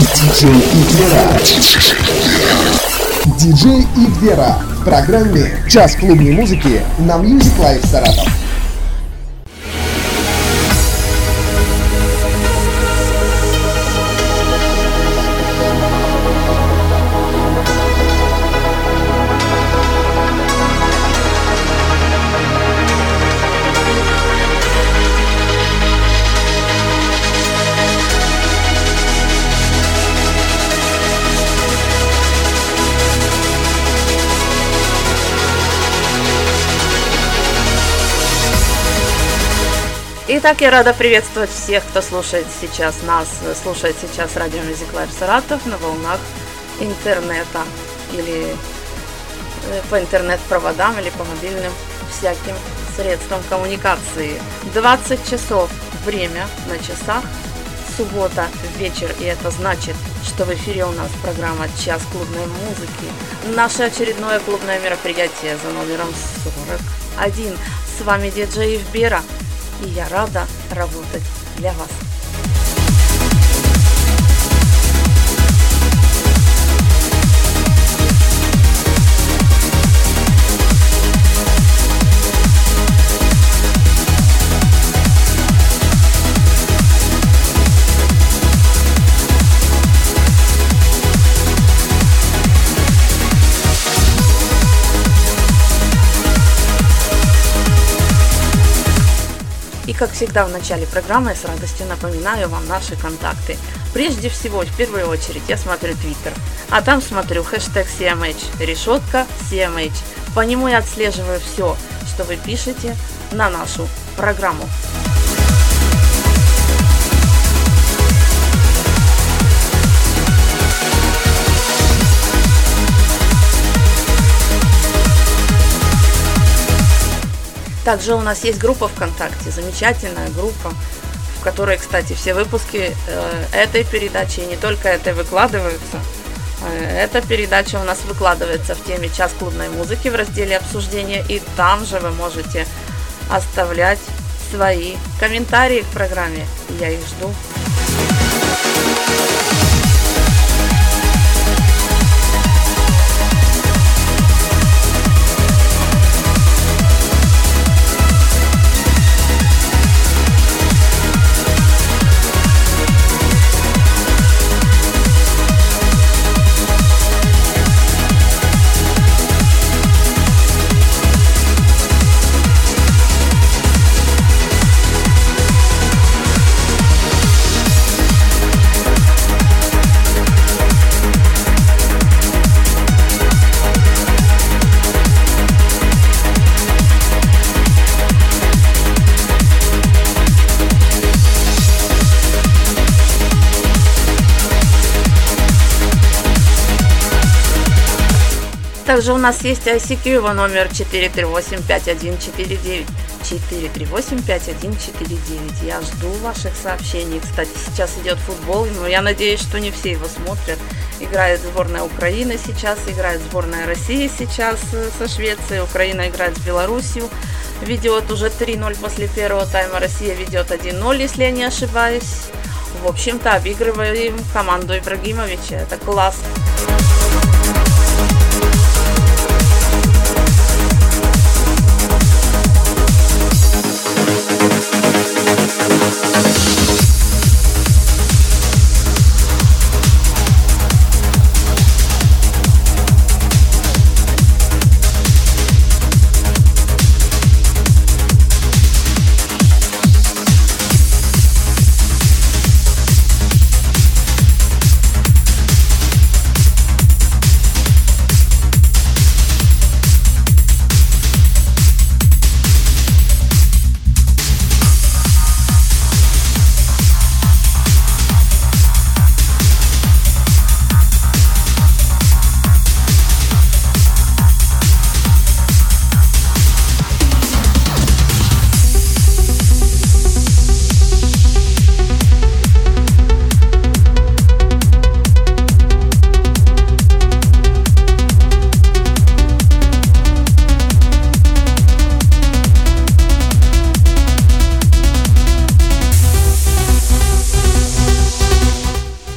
Диджей Игвера. Диджей Игвера в программе «Час клубной музыки» на Music Live Саратов. Итак, я рада приветствовать всех, кто слушает сейчас нас, слушает сейчас радио Music Live Саратов на волнах интернета или по интернет-проводам или по мобильным всяким средствам коммуникации. 20 часов время на часах, суббота, вечер, и это значит, что в эфире у нас программа «Час клубной музыки». Наше очередное клубное мероприятие за номером 41. С вами диджей Игвера. И я рада работать для вас. Как всегда в начале программы, я с радостью напоминаю вам наши контакты. Прежде всего, в первую очередь, я смотрю Twitter, а там смотрю хэштег CMH, решетка CMH. По нему я отслеживаю все, что вы пишете на нашу программу. Также у нас есть группа ВКонтакте, замечательная группа, в которой, кстати, все выпуски этой передачи, и не только этой, выкладываются. Эта передача у нас выкладывается в теме «Час клубной музыки» в разделе обсуждения, и там же вы можете оставлять свои комментарии к программе. Я их жду. Также у нас есть ICQ, его номер 438-5149. 438-5149. Я жду ваших сообщений. Кстати, сейчас идет футбол, но я надеюсь, что не все его смотрят. Играет сборная Украины сейчас, играет сборная России сейчас со Швецией. Украина играет с Белоруссией. Ведет уже 3-0 после первого тайма. Россия ведет 1-0, если я не ошибаюсь. В общем-то, обыгрываем команду Ибрагимовича. Это класс.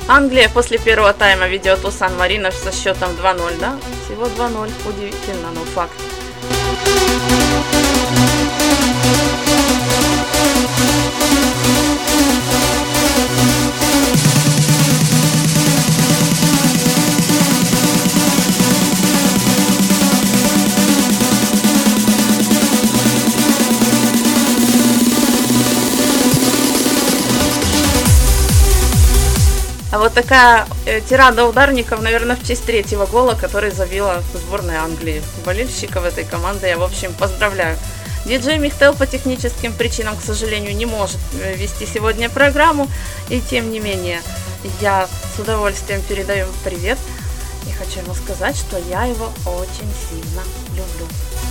Англия после первого тайма ведет у Сан-Марино со счетом 2-0, да? Всего 2-0. Удивительно, но факт. А вот такая тирада ударников, наверное, в честь третьего гола, который забила сборная Англии. Болельщиков этой команды я, в общем, поздравляю. Диджей Михтел по техническим причинам, к сожалению, не может вести сегодня программу. И тем не менее, я с удовольствием передаю ему привет. И хочу ему сказать, что я его очень сильно люблю.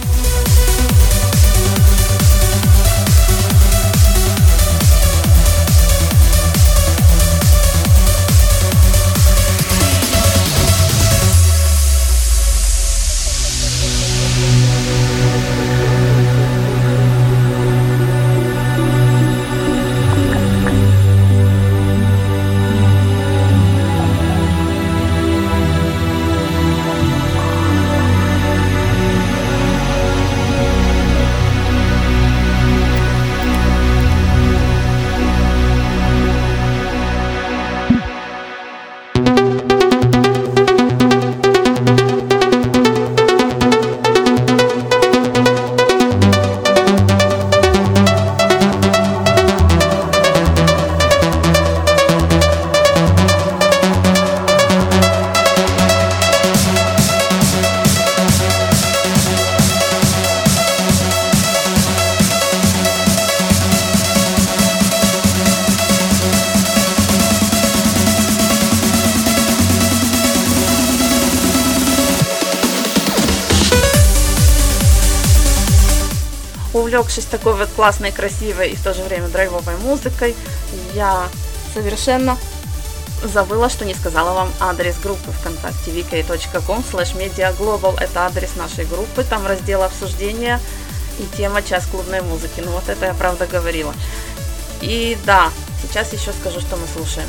Увлекшись такой вот классной, красивой и в то же время драйвовой музыкой, я совершенно забыла, что не сказала вам адрес группы ВКонтакте vk.com/mediaglobal. Это адрес нашей группы, там раздел обсуждения и тема «Час клубной музыки». Ну вот это я правда говорила. И да, сейчас еще скажу, что мы слушаем.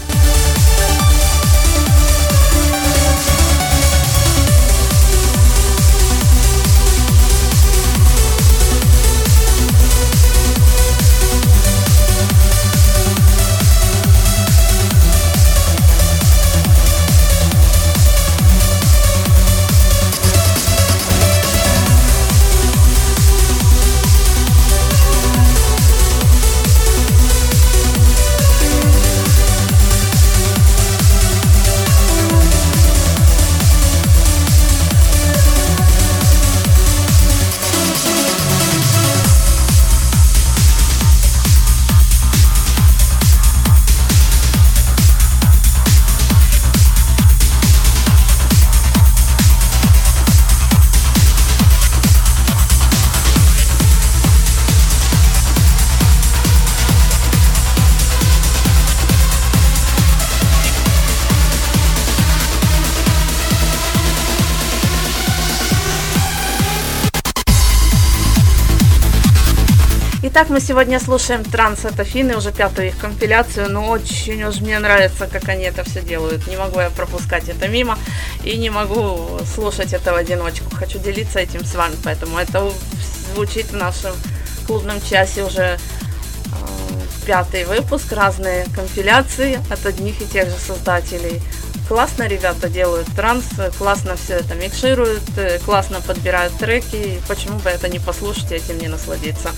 Итак, мы сегодня слушаем Транс от Афины, уже 5-ю их компиляцию, но очень уж мне нравится, как они это все делают. Не могу я пропускать это мимо и не могу слушать это в одиночку. Хочу делиться этим с вами, поэтому это звучит в нашем клубном часе уже 5-й выпуск, разные компиляции от одних и тех же создателей. Классно ребята делают транс, классно все это микшируют, классно подбирают треки. Почему бы это не послушать и этим не насладиться?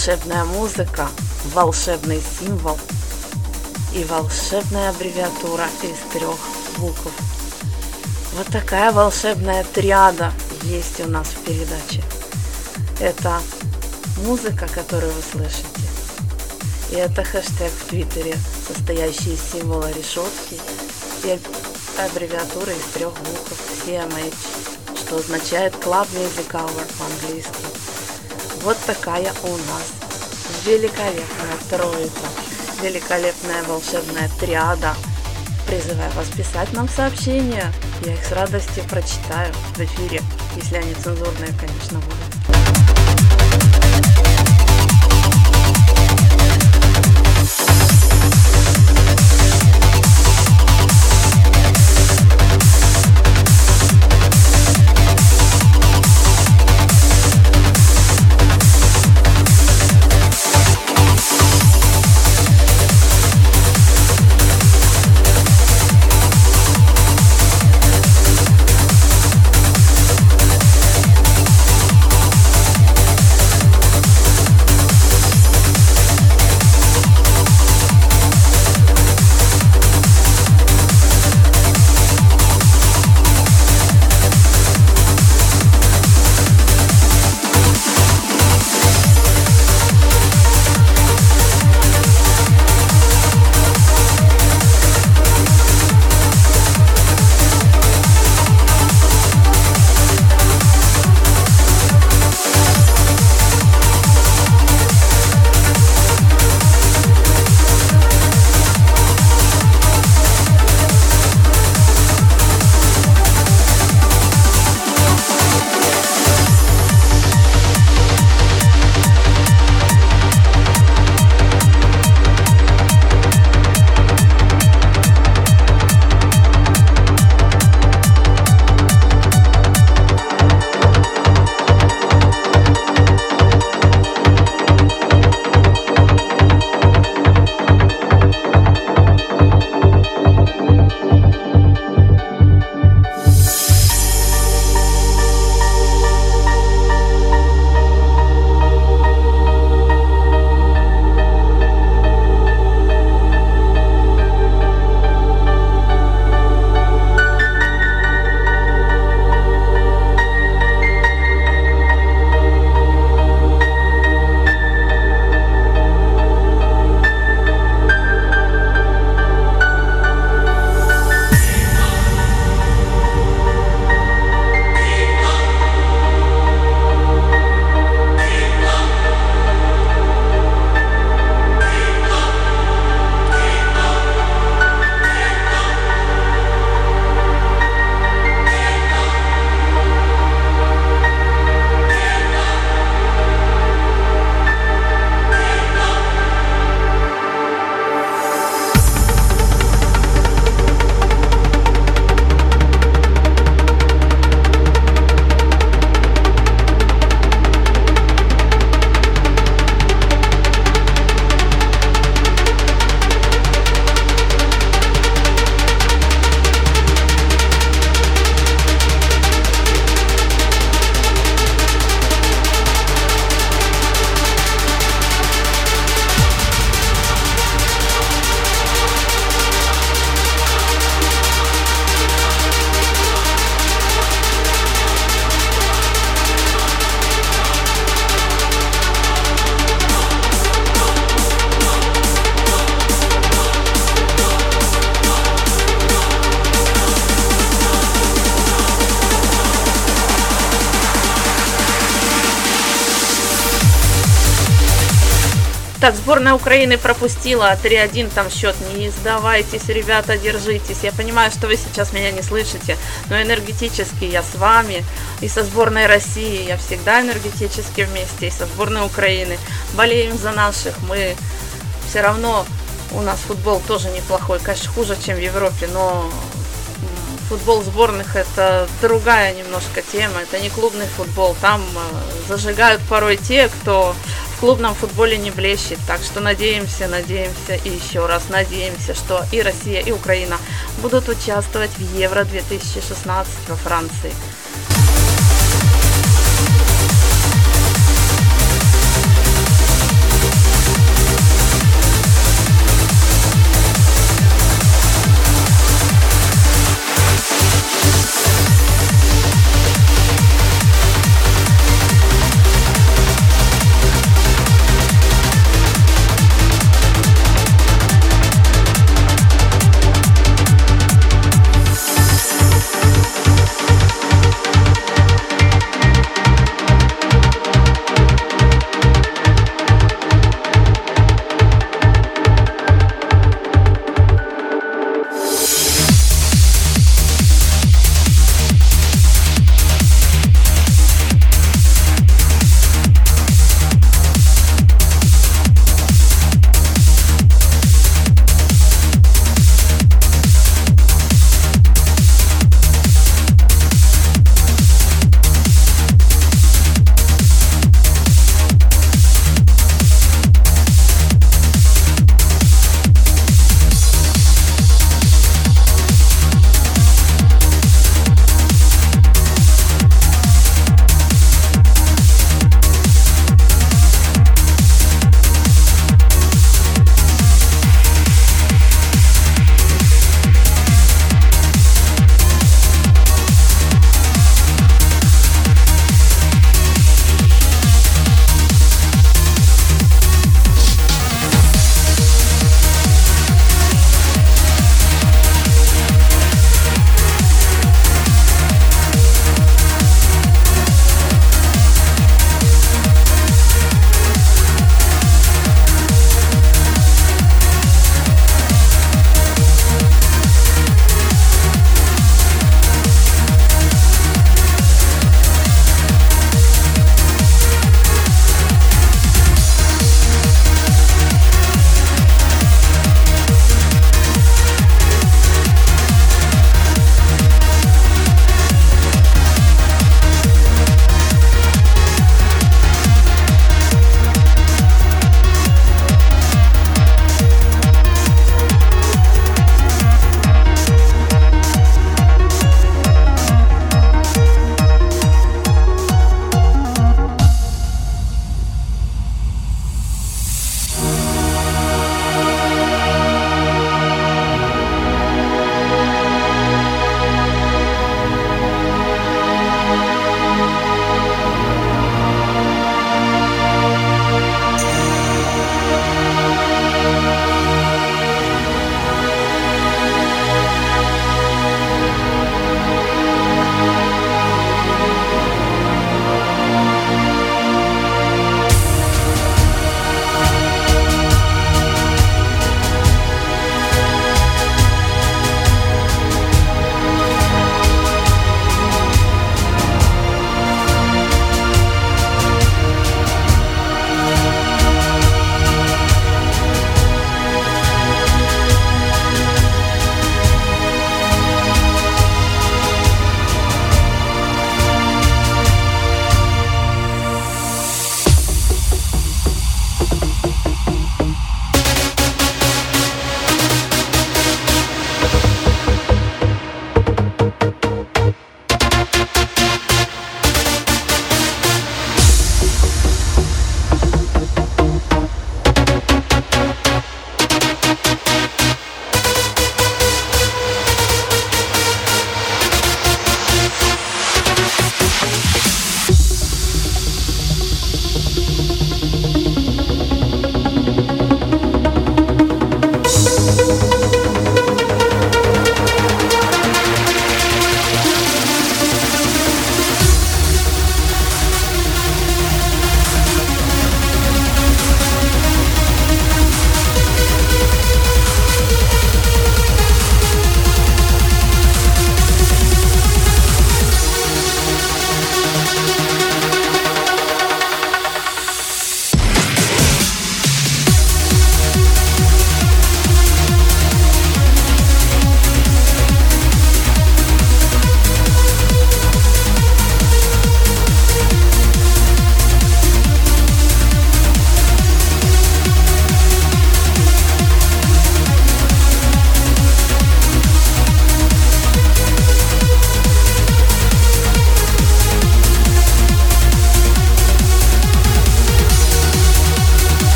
волшебная музыка, волшебный символ и волшебная аббревиатура из 3 букв. Вот такая волшебная триада есть у нас в передаче. Это музыка, которую вы слышите, и это хэштег в Твиттере, состоящий из символа решетки и аббревиатуры из 3 букв CMH, что означает Club Music Hour по-английски. Вот такая у нас великолепная троица, великолепная волшебная триада. Призываю вас писать нам сообщения, я их с радостью прочитаю в эфире, если они цензурные, конечно, будут. Так, сборная Украины пропустила 3-1, там счет. Не сдавайтесь, ребята, держитесь. Я понимаю, что вы сейчас меня не слышите, но энергетически я с вами. И со сборной России я всегда энергетически вместе, и со сборной Украины. Болеем за наших. Мы все равно, у нас футбол тоже неплохой, конечно, хуже, чем в Европе, но футбол сборных — это другая немножко тема, это не клубный футбол, там зажигают порой те, кто в клубном футболе не блещет, так что надеемся и еще раз надеемся, что и Россия, и Украина будут участвовать в Евро-2016 во Франции.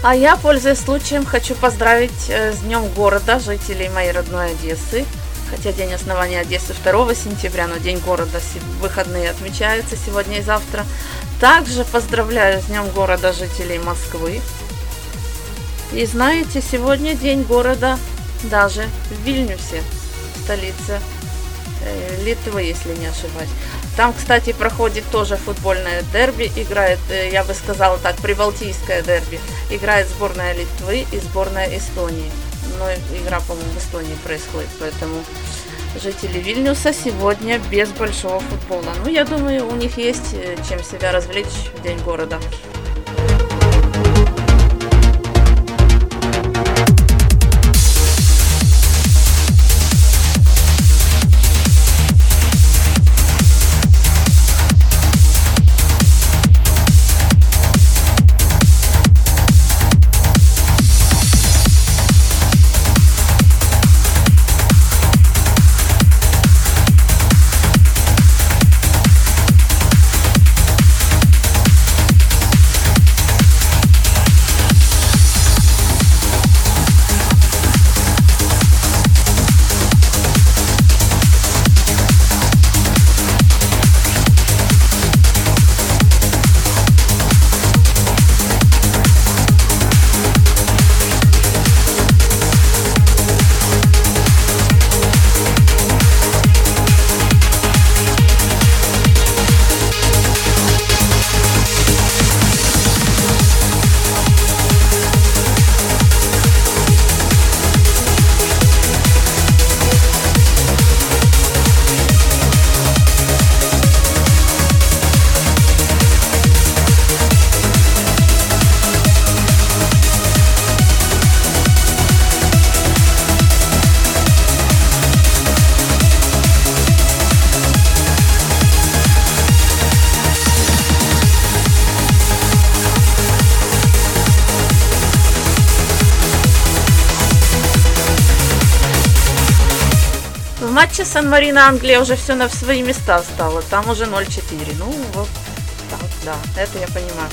А я, пользуясь случаем, хочу поздравить с Днем города жителей моей родной Одессы. Хотя день основания Одессы 2 сентября, но День города, выходные отмечаются сегодня и завтра. Также поздравляю с Днем города жителей Москвы. И знаете, сегодня День города даже в Вильнюсе, столице Литвы, если не ошибаюсь. Там, кстати, проходит тоже футбольное дерби, играет, я бы сказала так, прибалтийское дерби. Играет сборная Литвы и сборная Эстонии. Но игра, по-моему, в Эстонии происходит, поэтому жители Вильнюса сегодня без большого футбола. Ну, я думаю, у них есть чем себя развлечь в День города. В матче Сан-Марино Англия уже все на свои места стало. Там уже 0-4. Ну, вот так, да, это я понимаю.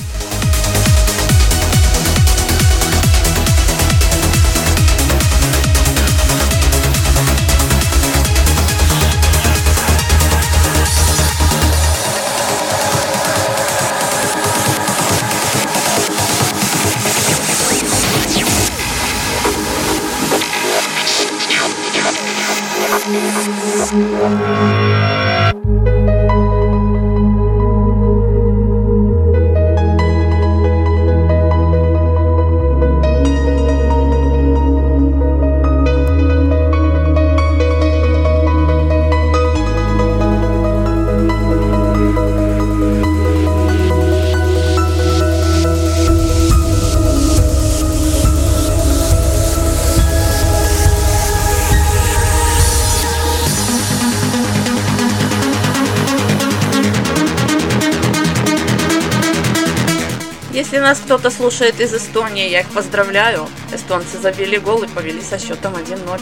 Если нас кто-то слушает из Эстонии, я их поздравляю. Эстонцы забили гол и повели со счетом 1-0.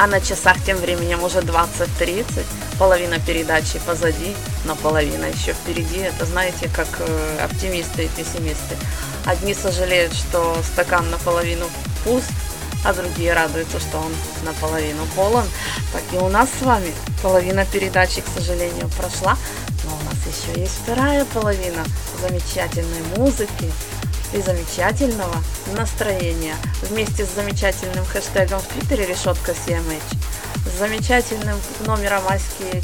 а на часах тем временем уже 20:30, половина передачи позади, но половина еще впереди. Это, знаете, как оптимисты и пессимисты. Одни сожалеют, что стакан наполовину пуст, а другие радуются, что он наполовину полон. Так и у нас с вами половина передачи, к сожалению, прошла, но у нас еще есть вторая половина замечательной музыки и замечательного настроения. Вместе с замечательным хэштегом в Твиттере решетка CMH, с замечательным номером Аськи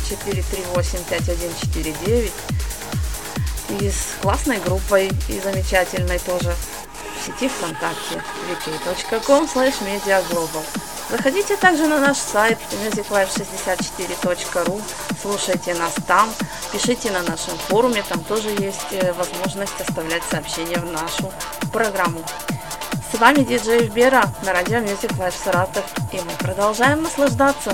4385149 и с классной группой и замечательной тоже в сети ВКонтакте vk.com/mediaglobal. Заходите также на наш сайт musiclife64.ru, слушайте нас там, пишите на нашем форуме, там тоже есть возможность оставлять сообщения в нашу программу. С вами диджей Вбера на радио Music Life Саратов, и мы продолжаем наслаждаться.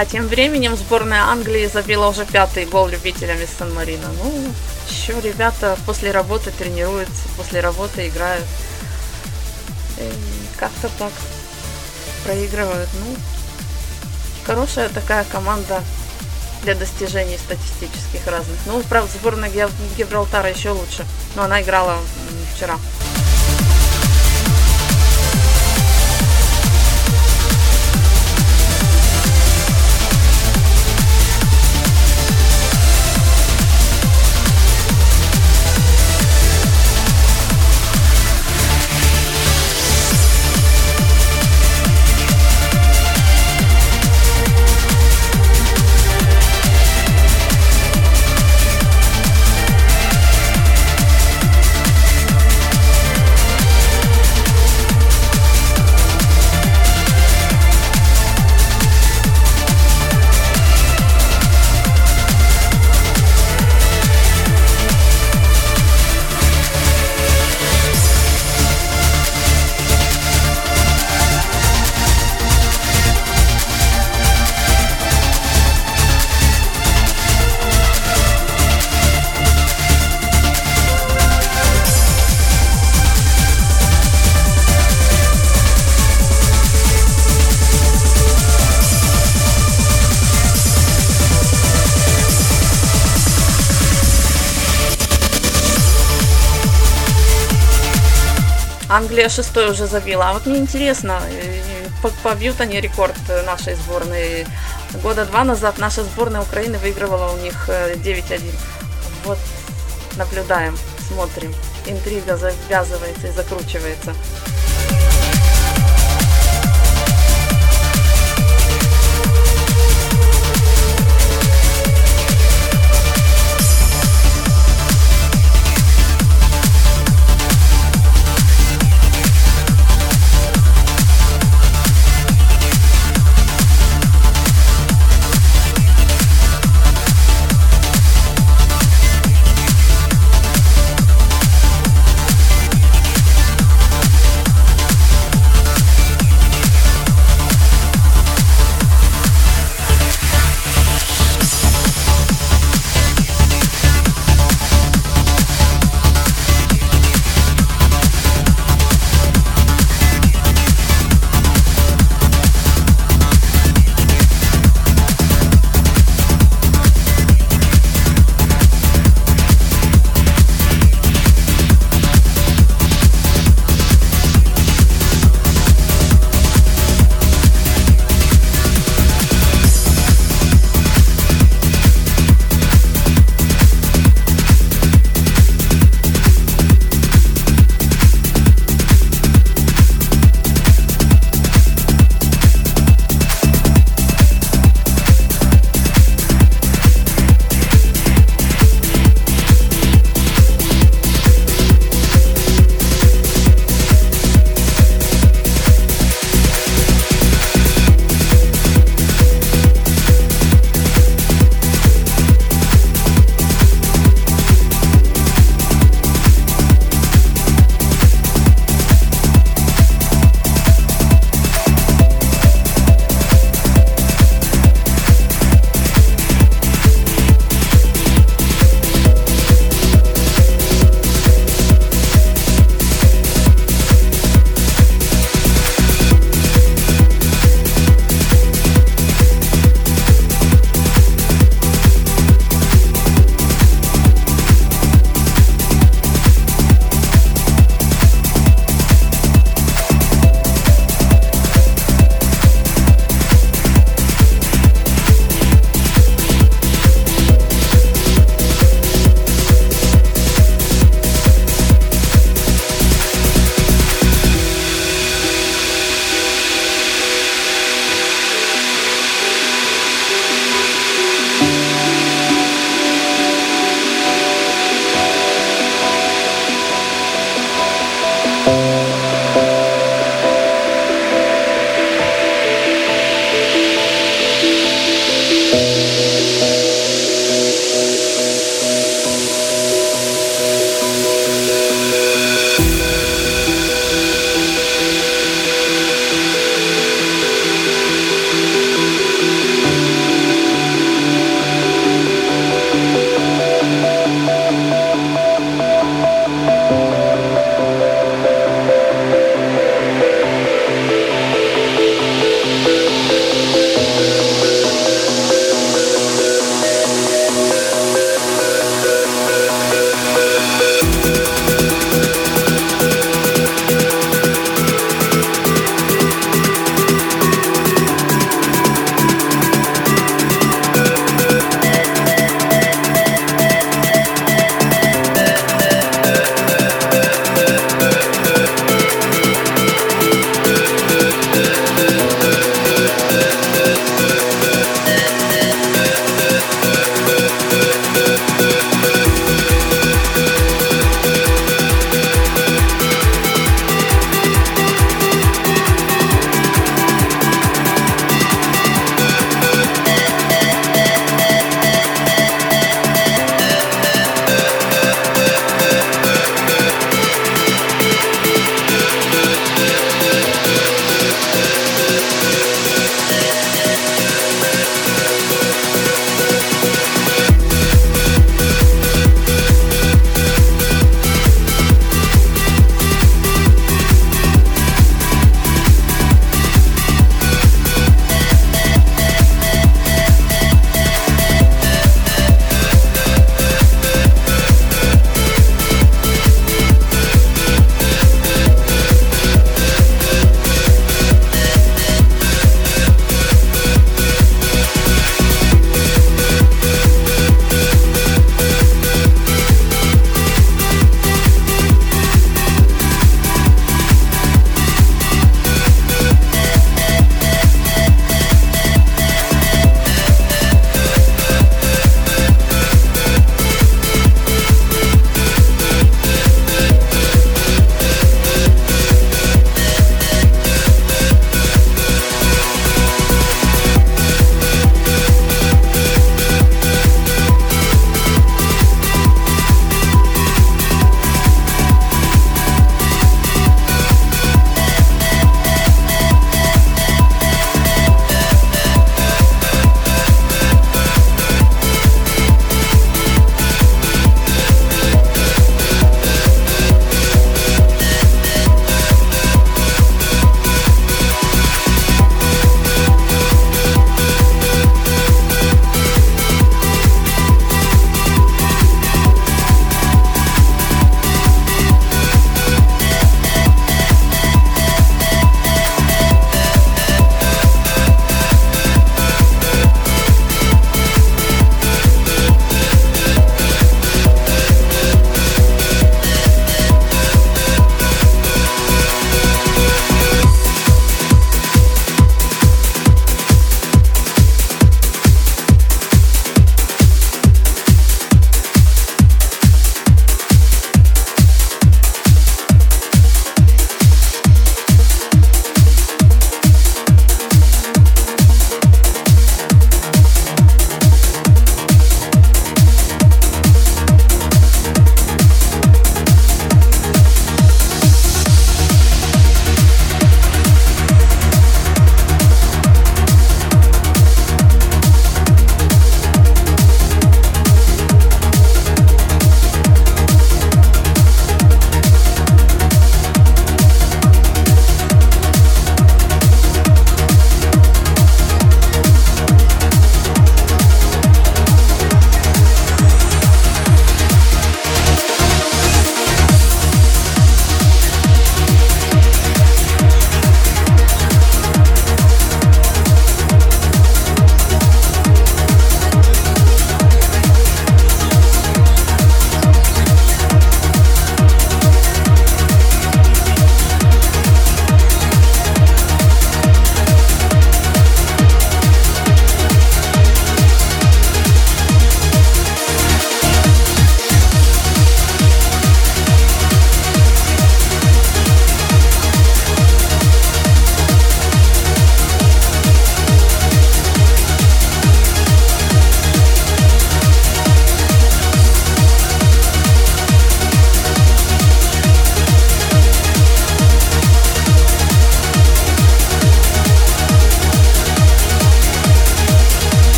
А тем временем сборная Англии забила уже 5-й гол любителям из Сан-Марино. Ну, еще ребята после работы тренируются, после работы играют. И как-то так проигрывают. Ну, хорошая такая команда для достижений статистических разных. Ну, правда, сборная Гибралтара еще лучше. Но она играла вчера. Англия 6-й уже забила. А вот мне интересно, побьют они рекорд нашей сборной. Года 2 назад наша сборная Украины выигрывала у них 9-1. Вот наблюдаем, смотрим. Интрига завязывается и закручивается.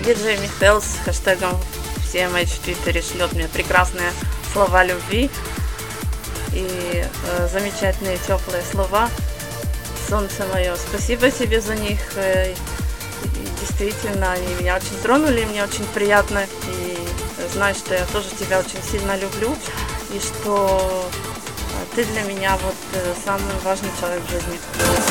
Диджей Михтел с хэштегом CMH в Твиттере шлет мне прекрасные слова любви и замечательные теплые слова. Солнце мое, спасибо тебе за них. И действительно, они меня очень тронули, мне очень приятно. И знаю, что я тоже тебя очень сильно люблю. И что ты для меня вот самый важный человек в жизни.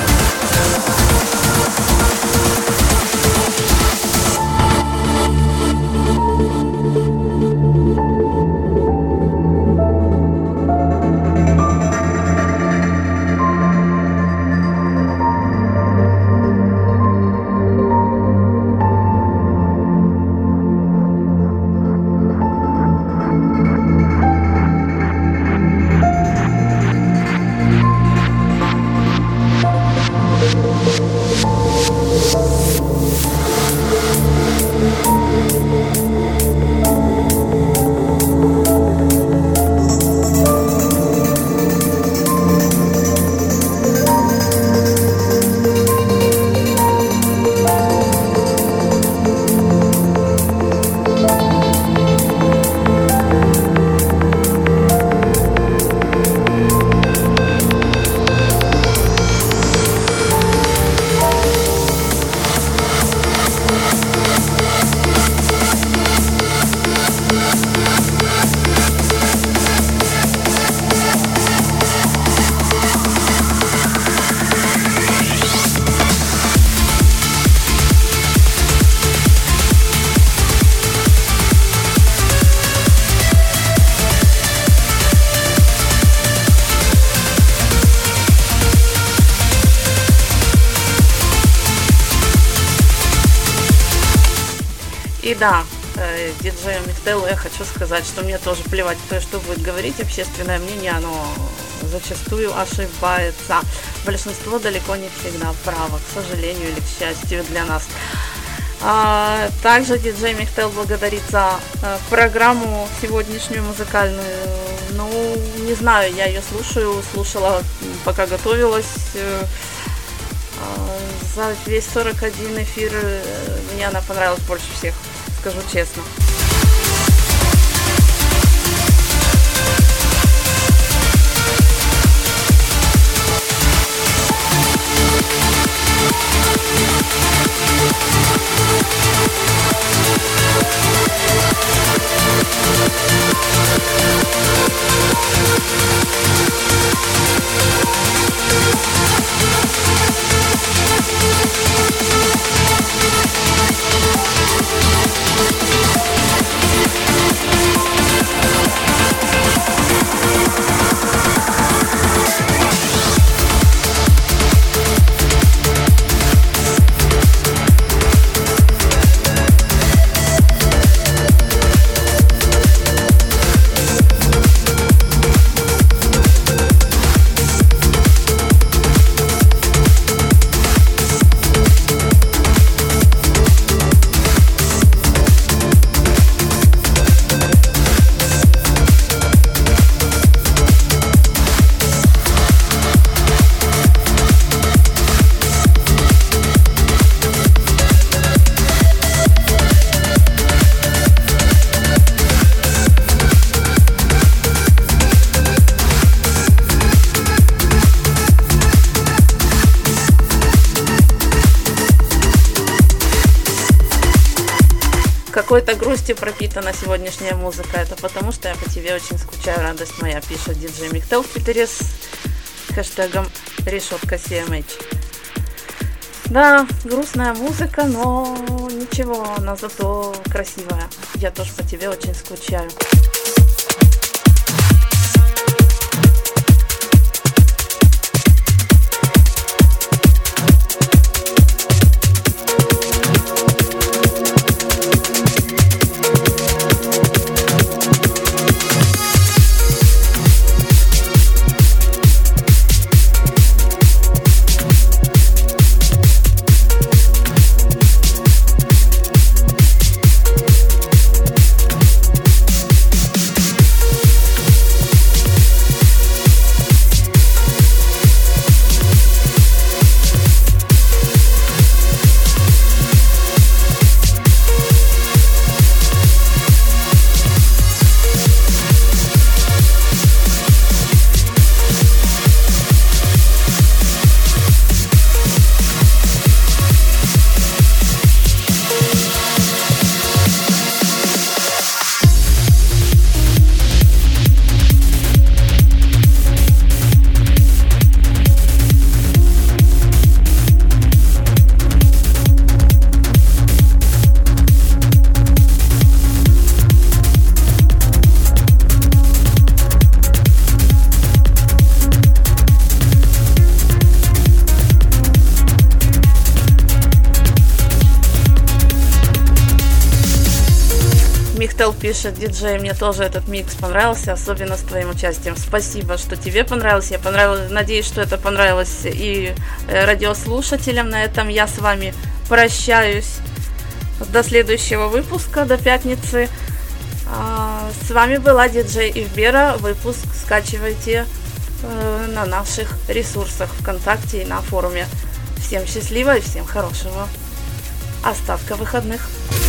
И да, диджею Михтелу я хочу сказать, что мне тоже плевать, кто что будет говорить. Общественное мнение, оно зачастую ошибается. Большинство далеко не всегда право, к сожалению или к счастью для нас. Также диджей Михтел благодарит за программу сегодняшнюю музыкальную. Ну, не знаю, я ее слушала, пока готовилась. За весь 41 эфир мне она понравилась больше всех, скажу честно. Какой-то грустью пропитана сегодняшняя музыка. Это потому, что я по тебе очень скучаю, радость моя, пишет диджей Михтел в Твиттере с хэштегом решетка CMH. Да, грустная музыка, но ничего, она зато красивая. Я тоже по тебе очень скучаю. Павел пишет: диджей, мне тоже этот микс понравился, особенно с твоим участием. Спасибо, что тебе понравилось. Надеюсь, что это понравилось и радиослушателям. На этом я с вами прощаюсь до следующего выпуска, до пятницы. С вами была диджей Ивбера. Выпуск скачивайте на наших ресурсах ВКонтакте и на форуме. Всем счастливо и всем хорошего остатка выходных.